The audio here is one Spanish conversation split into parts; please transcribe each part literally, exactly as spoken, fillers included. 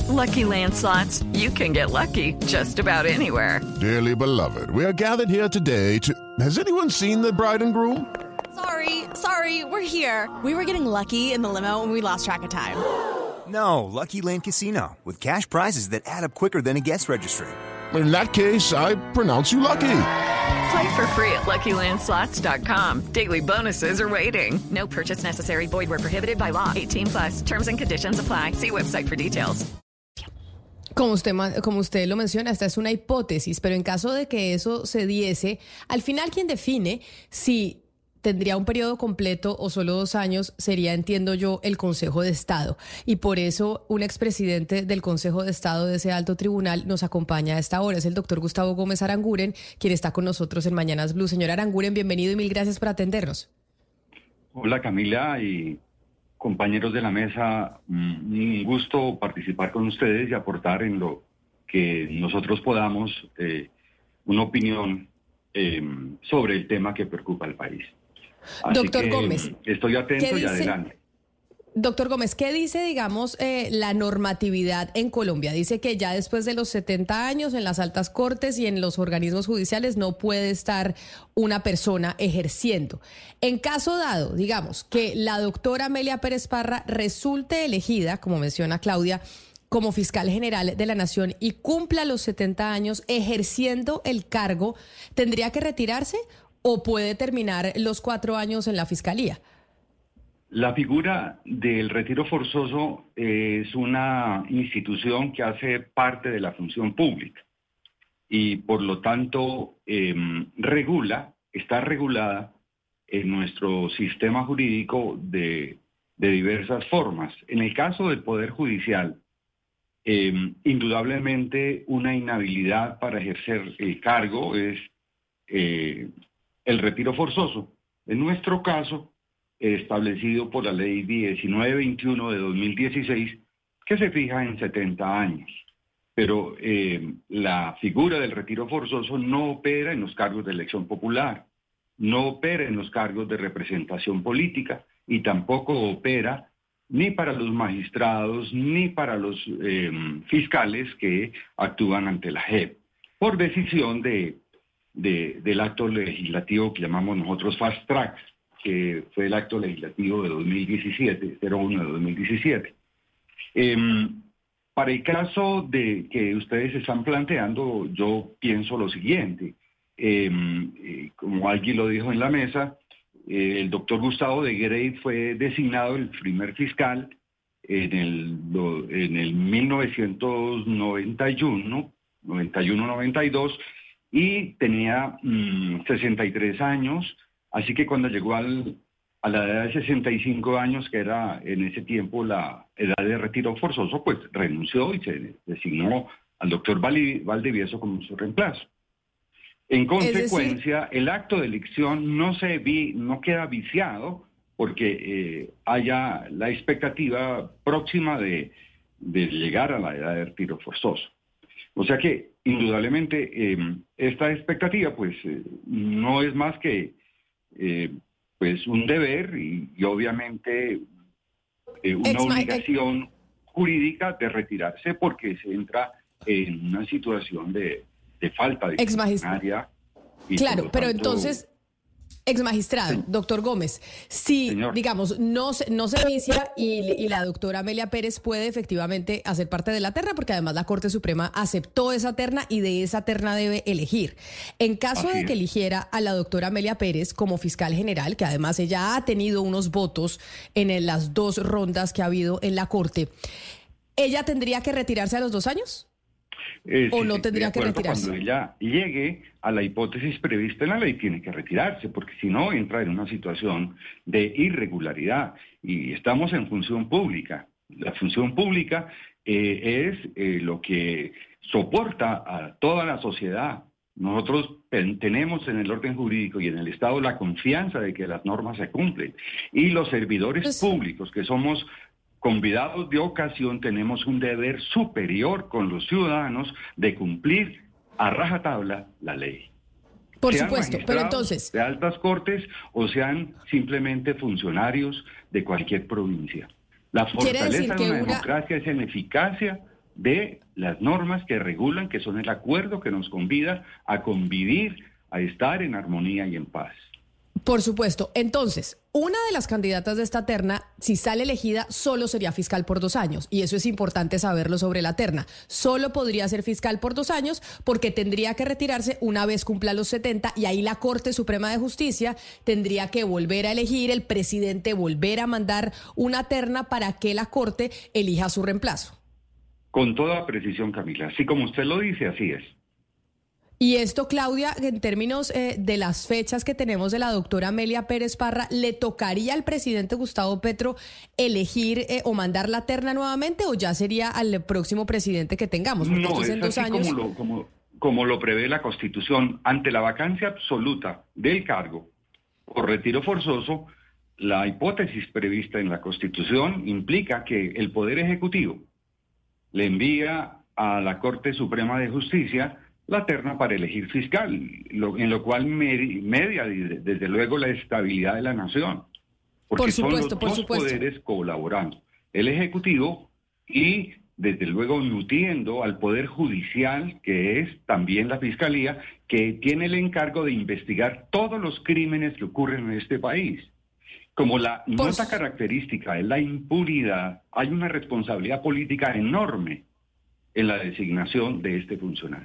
Lucky Land Slots, you can get lucky just about anywhere. Dearly beloved, we are gathered here today to... Has anyone seen the bride and groom? Sorry, sorry, we're here. We were getting lucky in the limo and we lost track of time. No, Lucky Land Casino, with cash prizes that add up quicker than a guest registry. In that case, I pronounce you lucky. Play for free at Lucky Land Slots dot com. Daily bonuses are waiting. No purchase necessary. Void where prohibited by law. eighteen plus. Terms and conditions apply. See website for details. Como usted, como usted lo menciona, esta es una hipótesis, pero en caso de que eso se diese, al final quien define si tendría un periodo completo o solo dos años sería, entiendo yo, el Consejo de Estado. Y por eso un expresidente del Consejo de Estado de ese alto tribunal nos acompaña a esta hora. Es el doctor Gustavo Gómez Aranguren, quien está con nosotros en Mañanas Blue. Señor Aranguren, bienvenido y mil gracias por atendernos. Hola Camila y compañeros de la mesa, un gusto participar con ustedes y aportar en lo que nosotros podamos eh, una opinión eh, sobre el tema que preocupa al país. Así Doctor que, Gómez, estoy atento y dice, adelante. Doctor Gómez, ¿qué dice, digamos, eh, la normatividad en Colombia? Dice que ya después de los setenta años en las altas cortes y en los organismos judiciales no puede estar una persona ejerciendo. En caso dado, digamos, que la doctora Amelia Pérez Parra resulte elegida, como menciona Claudia, como fiscal general de la Nación y cumpla los setenta años ejerciendo el cargo, ¿tendría que retirarse o puede terminar los cuatro años en la fiscalía? La figura del retiro forzoso es una institución que hace parte de la función pública y por lo tanto eh, regula, está regulada en nuestro sistema jurídico de, de diversas formas. En el caso del Poder Judicial, eh, indudablemente una inhabilidad para ejercer el cargo es eh, el retiro forzoso. En nuestro caso, establecido por la ley diecinueve veintiuno de dos mil dieciséis, que se fija en setenta años. Pero eh, la figura del retiro forzoso no opera en los cargos de elección popular, no opera en los cargos de representación política y tampoco opera ni para los magistrados ni para los eh, fiscales que actúan ante la J E P, por decisión de, de, del acto legislativo que llamamos nosotros Fast Track, que fue el acto legislativo de dos mil diecisiete, cero uno de dos mil diecisiete. Eh, para el caso de que ustedes están planteando, yo pienso lo siguiente. Eh, eh, como alguien lo dijo en la mesa, eh, el doctor Gustavo de Grey fue designado el primer fiscal en el, lo, en el mil novecientos noventa y uno, noventa y uno noventa y dos, y tenía mmm, sesenta y tres años. Así que cuando llegó al, a la edad de sesenta y cinco años, que era en ese tiempo la edad de retiro forzoso, pues renunció y se designó al doctor Valdivieso como su reemplazo. En consecuencia, decir... el acto de elección no, se vi, no queda viciado porque eh, haya la expectativa próxima de, de llegar a la edad de retiro forzoso. O sea que, indudablemente, eh, esta expectativa pues eh, no es más que Eh, pues un deber y, y obviamente eh, una Ex obligación jurídica de retirarse porque se entra en una situación de, de falta disciplinaria. Claro, pero tanto... entonces, ex magistrado, sí. Doctor Gómez, si, Señor. digamos, no se, no se vicia y, y la doctora Amelia Pérez puede efectivamente hacer parte de la terna, porque además la Corte Suprema aceptó esa terna y de esa terna debe elegir. En caso Así de que es. eligiera a la doctora Amelia Pérez como fiscal general, que además ella ha tenido unos votos en el, las dos rondas que ha habido en la Corte, ¿ella tendría que retirarse a los dos años? Eh, ¿O sí, no tendría que retirarse? Cuando ella llegue a la hipótesis prevista en la ley, tiene que retirarse, porque si no entra en una situación de irregularidad. Y estamos en función pública. La función pública eh, es eh, lo que soporta a toda la sociedad. Nosotros tenemos en el orden jurídico y en el Estado la confianza de que las normas se cumplen. Y los servidores pues... públicos, que somos convidados de ocasión, tenemos un deber superior con los ciudadanos de cumplir a rajatabla la ley. Por sean supuesto, pero entonces... de altas cortes o sean simplemente funcionarios de cualquier provincia. La fortaleza de una, una democracia es en eficacia de las normas que regulan, que son el acuerdo que nos convida a convivir, a estar en armonía y en paz. Por supuesto. Entonces, una de las candidatas de esta terna, si sale elegida, solo sería fiscal por dos años. Y eso es importante saberlo sobre la terna. Solo podría ser fiscal por dos años porque tendría que retirarse una vez cumpla los setenta y ahí la Corte Suprema de Justicia tendría que volver a elegir, el presidente volver a mandar una terna para que la Corte elija su reemplazo. Con toda precisión, Camila. Así como usted lo dice, así es. Y esto, Claudia, en términos eh, de las fechas que tenemos de la doctora Amelia Pérez Parra, ¿le tocaría al presidente Gustavo Petro elegir eh, o mandar la terna nuevamente o ya sería al próximo presidente que tengamos? Porque No, es es en dos así años. como lo, como, como lo prevé la Constitución. Ante la vacancia absoluta del cargo por retiro forzoso, la hipótesis prevista en la Constitución implica que el Poder Ejecutivo le envía a la Corte Suprema de Justicia la terna para elegir fiscal, lo, en lo cual med- media desde luego la estabilidad de la nación. Porque Por supuesto, son los por dos supuesto. poderes colaborando, el Ejecutivo y desde luego nutriendo al Poder Judicial, que es también la Fiscalía, que tiene el encargo de investigar todos los crímenes que ocurren en este país. Como la Por nota su- característica es la impunidad, hay una responsabilidad política enorme en la designación de este funcionario.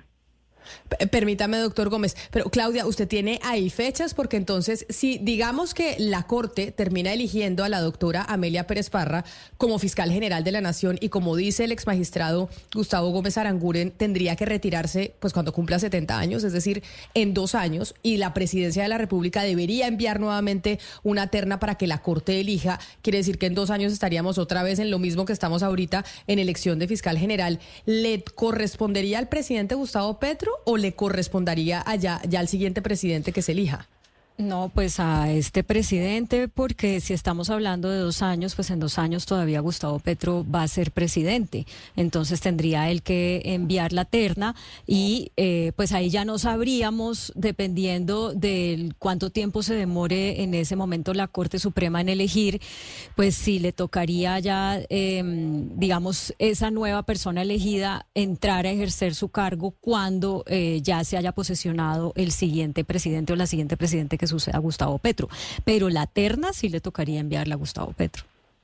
P- Permítame, doctor Gómez, pero Claudia, ¿usted tiene ahí fechas? Porque entonces, si digamos que la Corte termina eligiendo a la doctora Amelia Pérez Parra como fiscal general de la Nación y como dice el exmagistrado Gustavo Gómez Aranguren, tendría que retirarse pues cuando cumpla setenta años, es decir, en dos años, y la presidencia de la República debería enviar nuevamente una terna para que la Corte elija, quiere decir que en dos años estaríamos otra vez en lo mismo que estamos ahorita en elección de fiscal general. ¿Le correspondería al presidente Gustavo Petro o le correspondería allá ya al siguiente presidente que se elija? No, pues a este presidente, porque si estamos hablando de dos años, pues en dos años todavía Gustavo Petro va a ser presidente. Entonces tendría él que enviar la terna y eh, pues ahí ya no sabríamos, dependiendo de cuánto tiempo se demore en ese momento la Corte Suprema en elegir, pues si le tocaría ya, eh, digamos, esa nueva persona elegida entrar a ejercer su cargo cuando eh, ya se haya posesionado el siguiente presidente o la siguiente presidente que suceda a Gustavo Petro, pero la terna sí le tocaría enviarla a Gustavo Petro.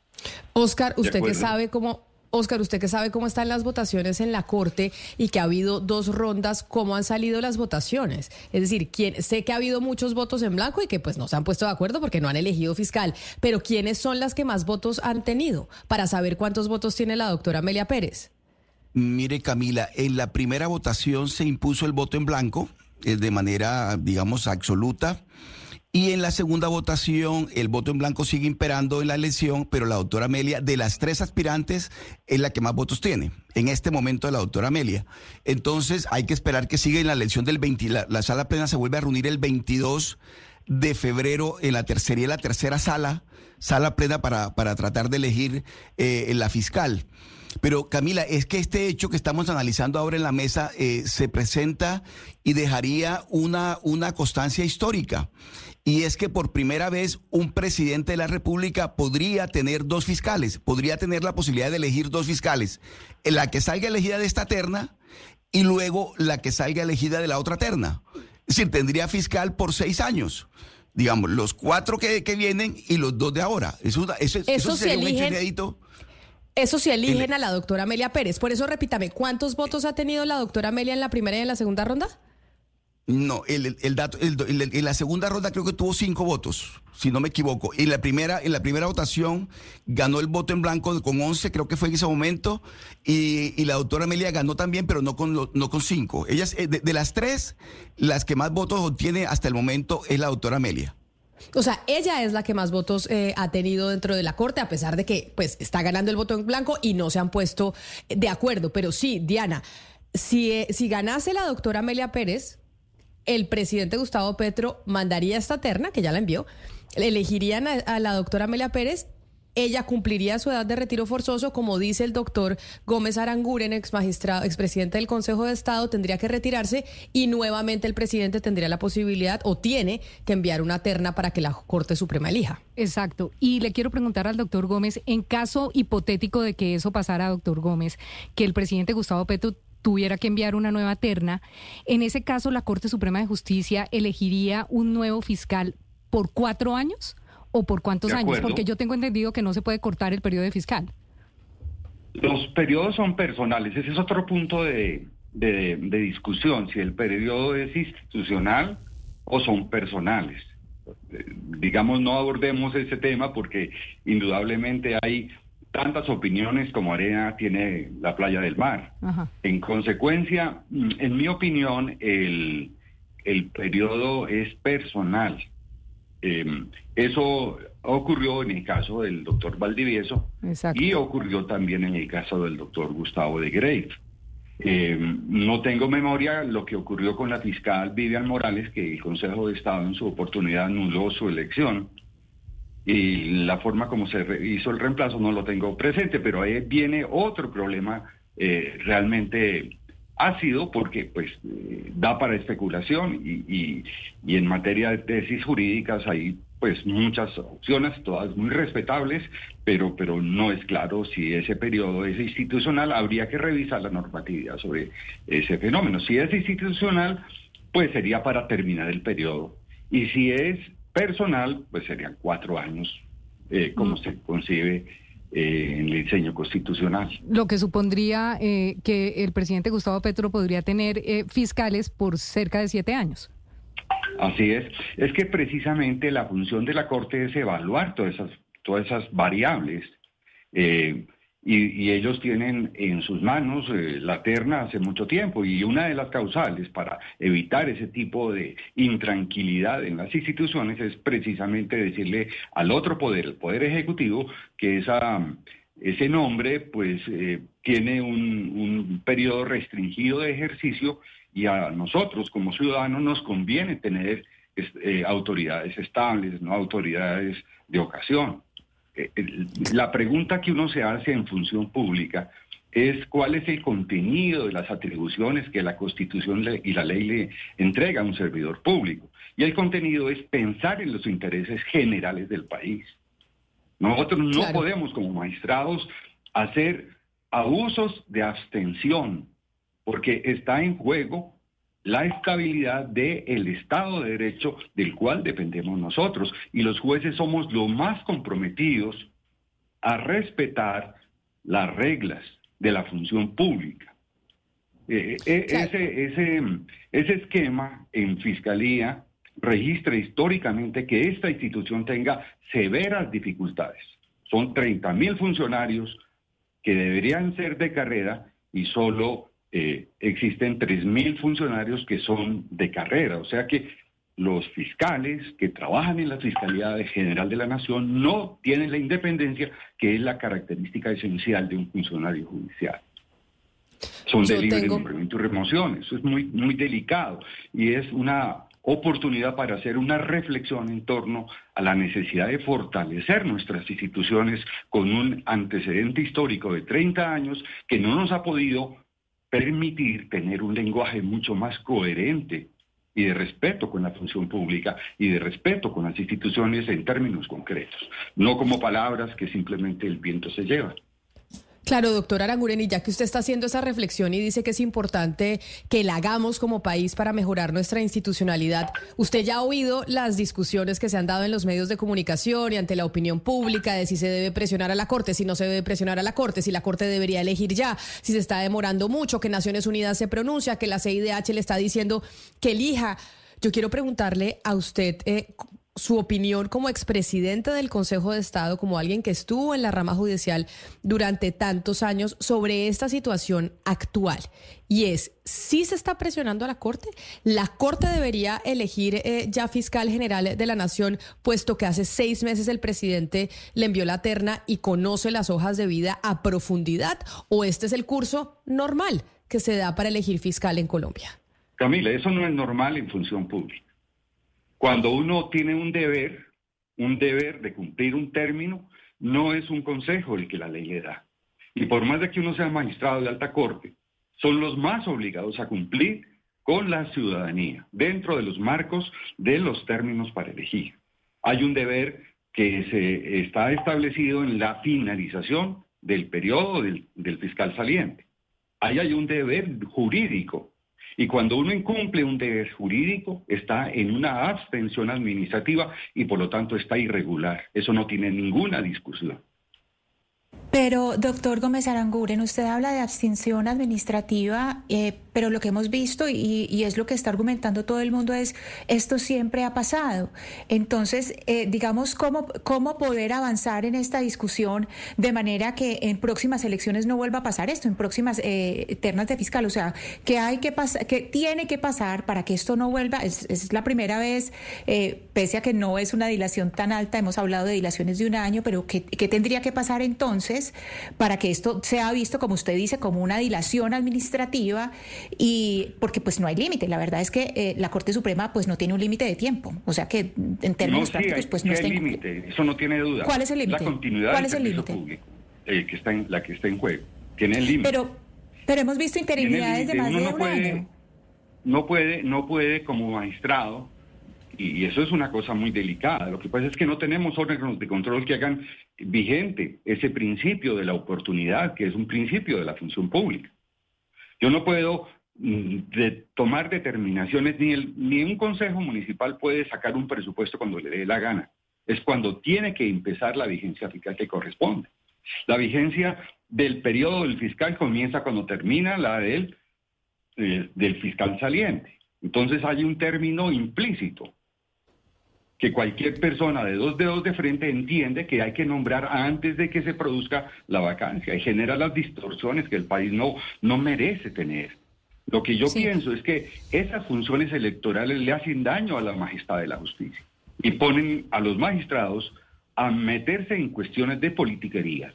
Oscar, usted que acuerdo. sabe cómo, Oscar, usted que sabe cómo están las votaciones en la Corte y que ha habido dos rondas, ¿cómo han salido las votaciones? Es decir, ¿quién, sé que ha habido muchos votos en blanco y que pues no se han puesto de acuerdo porque no han elegido fiscal, pero ¿quiénes son las que más votos han tenido para saber cuántos votos tiene la doctora Amelia Pérez? Mire, Camila, en la primera votación se impuso el voto en blanco eh, de manera, digamos, absoluta. Y en la segunda votación, el voto en blanco sigue imperando en la elección, pero la doctora Amelia, de las tres aspirantes, es la que más votos tiene. En este momento, la doctora Amelia. Entonces, hay que esperar que siga en la elección del veinte. La, la sala plena se vuelve a reunir el veintidós de febrero en la tercera y la tercera sala, sala plena para, para tratar de elegir eh, la fiscal. Pero Camila, es que este hecho que estamos analizando ahora en la mesa eh, se presenta y dejaría una, una constancia histórica. Y es que por primera vez un presidente de la República podría tener dos fiscales, podría tener la posibilidad de elegir dos fiscales, la que salga elegida de esta terna y luego la que salga elegida de la otra terna. Es decir, tendría fiscal por seis años. Digamos, los cuatro que, que vienen y los dos de ahora. Eso, eso, eso, eso sería un hecho inédito. Eso sí eligen El- a la doctora Amelia Pérez. Por eso, repítame, ¿cuántos votos ha tenido la doctora Amelia en la primera y en la segunda ronda? No, el, el, el dato, el, el- en la segunda ronda creo que tuvo cinco votos, si no me equivoco. En la primera, en la primera votación ganó el voto en blanco con once, creo que fue en ese momento, y, y la doctora Amelia ganó también, pero no con lo- no con cinco. Ellas, eh, de, de las tres, las que más votos obtiene hasta el momento es la doctora Amelia. O sea, ella es la que más votos eh, ha tenido dentro de la Corte, a pesar de que pues está ganando el voto en blanco y no se han puesto de acuerdo. Pero sí, Diana, si, eh, si ganase la doctora Amelia Pérez, el presidente Gustavo Petro mandaría esta terna, que ya la envió, elegirían a, a la doctora Amelia Pérez ella cumpliría su edad de retiro forzoso, como dice el doctor Gómez Aranguren, ex magistrado, expresidente del Consejo de Estado, tendría que retirarse y nuevamente el presidente tendría la posibilidad o tiene que enviar una terna para que la Corte Suprema elija. Exacto. Y le quiero preguntar al doctor Gómez, en caso hipotético de que eso pasara, doctor Gómez, que el presidente Gustavo Petro tuviera que enviar una nueva terna, en ese caso la Corte Suprema de Justicia elegiría un nuevo fiscal por cuatro años. ¿O por cuántos años? Porque yo tengo entendido que no se puede cortar el periodo de fiscal. Los periodos son personales. Ese es otro punto de, de, de discusión, si el periodo es institucional o son personales. Eh, digamos, no abordemos ese tema porque indudablemente hay tantas opiniones como arena tiene la playa del mar. Ajá. En consecuencia, en mi opinión, el, el periodo es personal. Eh, eso ocurrió en el caso del doctor Valdivieso. Exacto. Y ocurrió también en el caso del doctor Gustavo de Grave. Eh, no tengo memoria lo que ocurrió con la fiscal Vivian Morales, que el Consejo de Estado en su oportunidad anuló su elección, y la forma como se hizo el reemplazo no lo tengo presente, pero ahí viene otro problema eh, realmente ácido, porque pues eh, da para especulación y, y, y en materia de tesis jurídicas hay pues muchas opciones, todas muy respetables, pero, pero no es claro si ese periodo es institucional. Habría que revisar la normatividad sobre ese fenómeno. Si es institucional, pues sería para terminar el periodo, y si es personal, pues serían cuatro años, eh, como mm. se concibe Eh, en el diseño constitucional. Lo que supondría eh, que el presidente Gustavo Petro podría tener eh, fiscales por cerca de siete años. Así es. Es que precisamente la función de la Corte es evaluar todas esas, todas esas variables. Eh, y, y ellos tienen en sus manos eh, la terna hace mucho tiempo, y una de las causales para evitar ese tipo de intranquilidad en las instituciones es precisamente decirle al otro poder, el Poder Ejecutivo, que esa, ese nombre pues eh, tiene un, un periodo restringido de ejercicio, y a nosotros como ciudadanos nos conviene tener eh, autoridades estables, no autoridades de ocasión. La pregunta que uno se hace en función pública es cuál es el contenido de las atribuciones que la Constitución y la ley le entrega a un servidor público. Y el contenido es pensar en los intereses generales del país. Nosotros no claro. podemos, como magistrados, hacer abusos de abstención, porque está en juego la estabilidad del Estado de Derecho del cual dependemos nosotros, y los jueces somos los más comprometidos a respetar las reglas de la función pública. Eh, eh, ese, ese, ese esquema en Fiscalía registra históricamente que esta institución tenga severas dificultades. Son treinta mil funcionarios que deberían ser de carrera y solo Eh, existen tres mil funcionarios que son de carrera, o sea que los fiscales que trabajan en la Fiscalía General de la Nación no tienen la independencia que es la característica esencial de un funcionario judicial. Son de libre tengo... nombramiento y remoción, eso es muy, muy delicado, y es una oportunidad para hacer una reflexión en torno a la necesidad de fortalecer nuestras instituciones con un antecedente histórico de treinta años que no nos ha podido permitir tener un lenguaje mucho más coherente y de respeto con la función pública y de respeto con las instituciones en términos concretos, no como palabras que simplemente el viento se lleva. Claro, doctor Aranguren, y ya que usted está haciendo esa reflexión y dice que es importante que la hagamos como país para mejorar nuestra institucionalidad, usted ya ha oído las discusiones que se han dado en los medios de comunicación y ante la opinión pública de si se debe presionar a la Corte, si no se debe presionar a la Corte, si la Corte debería elegir ya, si se está demorando mucho, que Naciones Unidas se pronuncia, que la C I D H le está diciendo que elija. Yo quiero preguntarle a usted eh, su opinión como expresidente del Consejo de Estado, como alguien que estuvo en la rama judicial durante tantos años, sobre esta situación actual. Y es, ¿sí se está presionando a la Corte? ¿La Corte debería elegir eh, ya fiscal general de la Nación, puesto que hace seis meses el presidente le envió la terna y conoce las hojas de vida a profundidad? ¿O este es el curso normal que se da para elegir fiscal en Colombia? Camila, eso no es normal en función pública. Cuando uno tiene un deber, un deber de cumplir un término, no es un consejo el que la ley le da. Y por más de que uno sea magistrado de alta corte, son los más obligados a cumplir con la ciudadanía, dentro de los marcos de los términos para elegir. Hay un deber que se está establecido en la finalización del periodo del, del fiscal saliente. Ahí hay un deber jurídico. Y cuando uno incumple un deber jurídico, está en una abstención administrativa y por lo tanto está irregular. Eso no tiene ninguna discusión. Pero, doctor Gómez Aranguren, usted habla de abstención administrativa, eh, pero lo que hemos visto y, y es lo que está argumentando todo el mundo es, esto siempre ha pasado. Entonces, eh, digamos, ¿cómo, ¿cómo poder avanzar en esta discusión de manera que en próximas elecciones no vuelva a pasar esto, en próximas eh, ternas de fiscal? O sea, ¿qué hay que pasar, qué tiene que pasar para que esto no vuelva? Es, es la primera vez, eh, pese a que no es una dilación tan alta, hemos hablado de dilaciones de un año, pero ¿qué, qué tendría que pasar entonces para que esto sea visto, como usted dice, como una dilación administrativa? Y porque pues no hay límite, la verdad es que eh, la Corte Suprema pues no tiene un límite de tiempo, o sea que en términos no, prácticos sí hay, pues sí no hay está en límite, eso no tiene duda. ¿Cuál es el límite? La continuidad ¿Cuál del es el servicio límite? público, eh, que está en, la que está en juego, tiene el límite. Pero, pero hemos visto interinidades de más Uno de no un puede, año. No puede, no puede como magistrado, y eso es una cosa muy delicada. Lo que pasa es que no tenemos órganos de control que hagan vigente ese principio de la oportunidad, que es un principio de la función pública. Yo no puedo mm, de tomar determinaciones, ni, el, ni un consejo municipal puede sacar un presupuesto cuando le dé la gana. Es cuando tiene que empezar la vigencia fiscal que corresponde. La vigencia del periodo del fiscal comienza cuando termina la del, eh, del fiscal saliente. Entonces hay un término implícito que cualquier persona de dos dedos de frente entiende que hay que nombrar antes de que se produzca la vacancia y genera las distorsiones que el país no, no merece tener. Lo que yo sí. pienso es que esas funciones electorales le hacen daño a la majestad de la justicia y ponen a los magistrados a meterse en cuestiones de politiquería,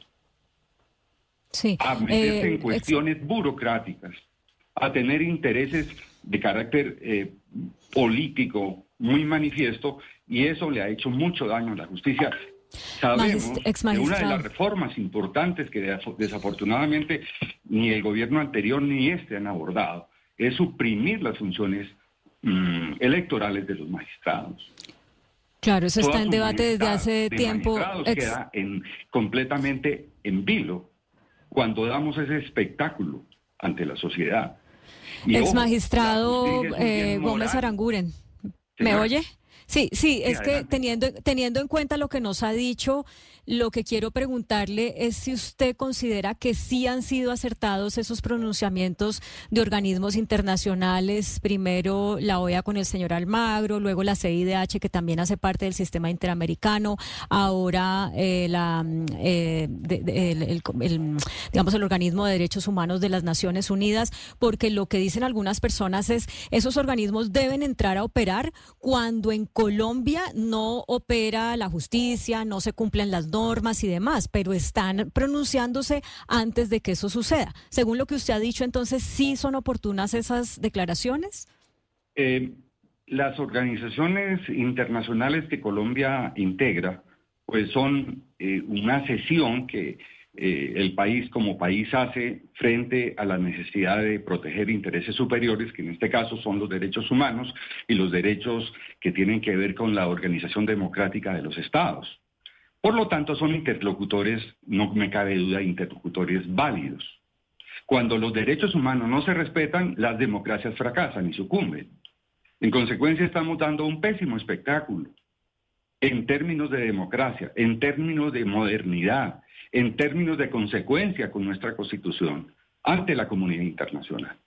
sí. a meterse eh, en cuestiones ex... burocráticas, a tener intereses de carácter eh, político muy manifiesto, y eso le ha hecho mucho daño a la justicia. Sabemos que una de las reformas importantes que desafortunadamente ni el gobierno anterior ni este han abordado es suprimir las funciones mmm, electorales de los magistrados. Claro, eso Toda está en debate desde hace de tiempo. Ex... queda en, completamente en vilo cuando damos ese espectáculo ante la sociedad. Y Ex ojo, magistrado eh, Gómez Aranguren, ¿me Señora. oye? Sí, sí, es que teniendo, teniendo en cuenta lo que nos ha dicho, lo que quiero preguntarle es si usted considera que sí han sido acertados esos pronunciamientos de organismos internacionales, primero la O E A con el señor Almagro, luego la C I D H, que también hace parte del sistema interamericano, ahora eh, la, eh, de, de, el, el, el, digamos el organismo de derechos humanos de las Naciones Unidas, porque lo que dicen algunas personas es esos organismos deben entrar a operar cuando en Colombia no opera la justicia, no se cumplen las normas y demás, pero están pronunciándose antes de que eso suceda. Según lo que usted ha dicho, entonces, ¿sí son oportunas esas declaraciones? Eh, las organizaciones internacionales que Colombia integra, pues son eh, una sesión que eh, el país como país hace frente a la necesidad de proteger intereses superiores, que en este caso son los derechos humanos y los derechos que tienen que ver con la organización democrática de los estados. Por lo tanto, son interlocutores, no me cabe duda, interlocutores válidos. Cuando los derechos humanos no se respetan, las democracias fracasan y sucumben. En consecuencia, estamos dando un pésimo espectáculo en términos de democracia, en términos de modernidad, en términos de consecuencia con nuestra Constitución ante la comunidad internacional.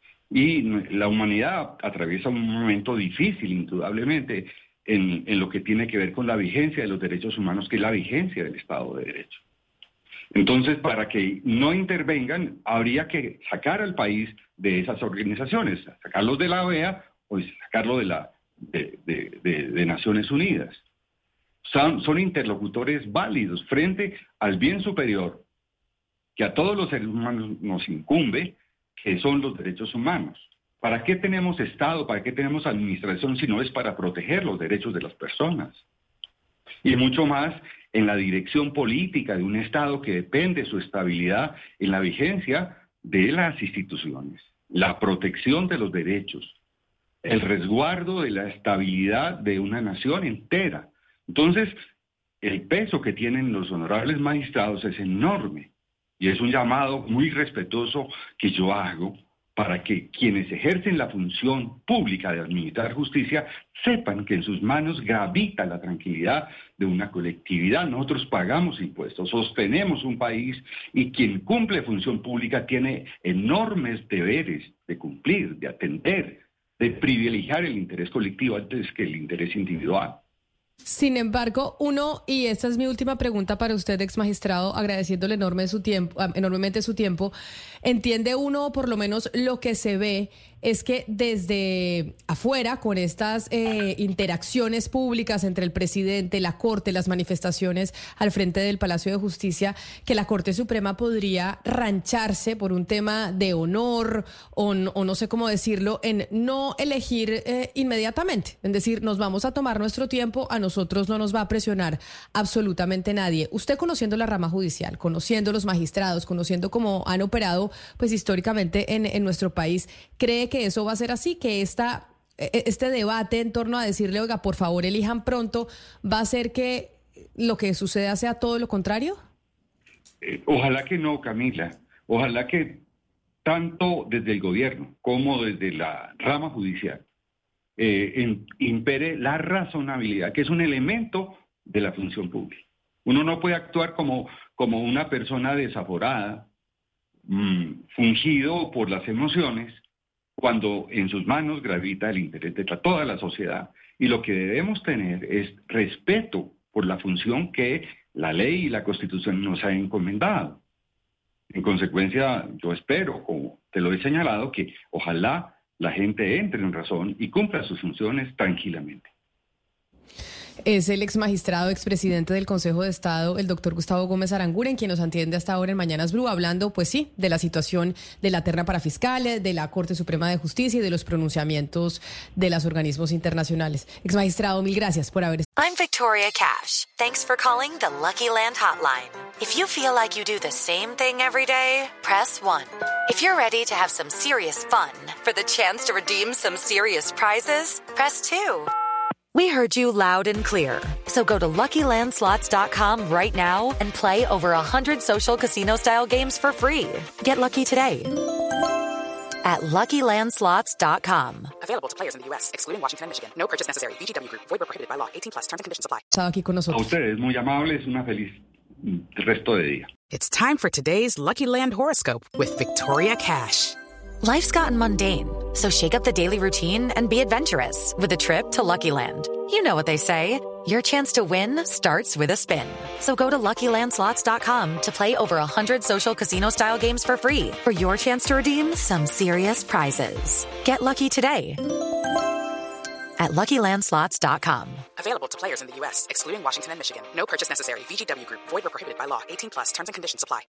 Y la humanidad atraviesa un momento difícil, indudablemente, en, en lo que tiene que ver con la vigencia de los derechos humanos, que es la vigencia del Estado de Derecho. Entonces, para que no intervengan, habría que sacar al país de esas organizaciones, sacarlos de la O E A o sacarlo de, la, de, de, de, de Naciones Unidas. Son, son interlocutores válidos frente al bien superior que a todos los seres humanos nos incumbe, que son los derechos humanos. ¿Para qué tenemos Estado? ¿Para qué tenemos administración si no es para proteger los derechos de las personas? Y mucho más en la dirección política de un Estado que depende de su estabilidad en la vigencia de las instituciones, la protección de los derechos, el resguardo de la estabilidad de una nación entera. Entonces, el peso que tienen los honorables magistrados es enorme y es un llamado muy respetuoso que yo hago para que quienes ejercen la función pública de administrar justicia sepan que en sus manos gravita la tranquilidad de una colectividad. Nosotros pagamos impuestos, sostenemos un país y quien cumple función pública tiene enormes deberes de cumplir, de atender, de privilegiar el interés colectivo antes que el interés individual. Sin embargo, uno, y esta es mi última pregunta para usted, ex magistrado, agradeciéndole enorme su tiempo, enormemente su tiempo, entiende uno, por lo menos lo que se ve, es que desde afuera, con estas eh, interacciones públicas entre el presidente, la Corte, las manifestaciones al frente del Palacio de Justicia, que la Corte Suprema podría rancharse por un tema de honor o, o no sé cómo decirlo, en no elegir eh, inmediatamente, es decir, nos vamos a tomar nuestro tiempo, a nosotros no nos va a presionar absolutamente nadie. Usted, conociendo la rama judicial, conociendo los magistrados, conociendo cómo han operado pues históricamente en, en nuestro país, ¿cree que eso va a ser así? ¿Que esta, este debate en torno a decirle, oiga, por favor, elijan pronto, va a hacer que lo que suceda sea todo lo contrario? Eh, ojalá que no, Camila. Ojalá que tanto desde el gobierno como desde la rama judicial eh, en, impere la razonabilidad, que es un elemento de la función pública. Uno no puede actuar como, como una persona desaforada, mmm, fungido por las emociones, cuando en sus manos gravita el interés de toda la sociedad. Y lo que debemos tener es respeto por la función que la ley y la Constitución nos ha encomendado. En consecuencia, yo espero, como te lo he señalado, que ojalá la gente entre en razón y cumpla sus funciones tranquilamente. Es el ex magistrado, expresidente del Consejo de Estado, el doctor Gustavo Gómez Aranguren, quien nos atiende hasta ahora en Mañanas Blue, hablando, pues sí, de la situación de la terna para fiscales, de la Corte Suprema de Justicia y de los pronunciamientos de los organismos internacionales. Ex magistrado, mil gracias por haber estado. I'm Victoria Cash. Thanks for calling the Lucky Land Hotline. If you feel like you do the same thing every day, press one. If you're ready to have some serious fun for the chance to redeem some serious prizes, press two. We heard you loud and clear. So go to Lucky Land Slots dot com right now and play over one hundred social casino-style games for free. Get lucky today at Lucky Land Slots dot com. Available to players in the U S, excluding Washington and Michigan. No purchase necessary. V G W Group. Void where prohibited by law. eighteen plus. Terms and conditions apply. Estaba aquí con nosotros. A ustedes, muy amables. Una feliz resto de día. It's time for today's Lucky Land horoscope with Victoria Cash. Life's gotten mundane, so shake up the daily routine and be adventurous with a trip to Lucky Land. You know what they say. Your chance to win starts with a spin. So go to Lucky Land Slots dot com to play over one hundred social casino-style games for free for your chance to redeem some serious prizes. Get lucky today at Lucky Land Slots dot com. Available to players in the U S, excluding Washington and Michigan. No purchase necessary. V G W Group. Void where prohibited by law. eighteen plus. Terms and conditions apply.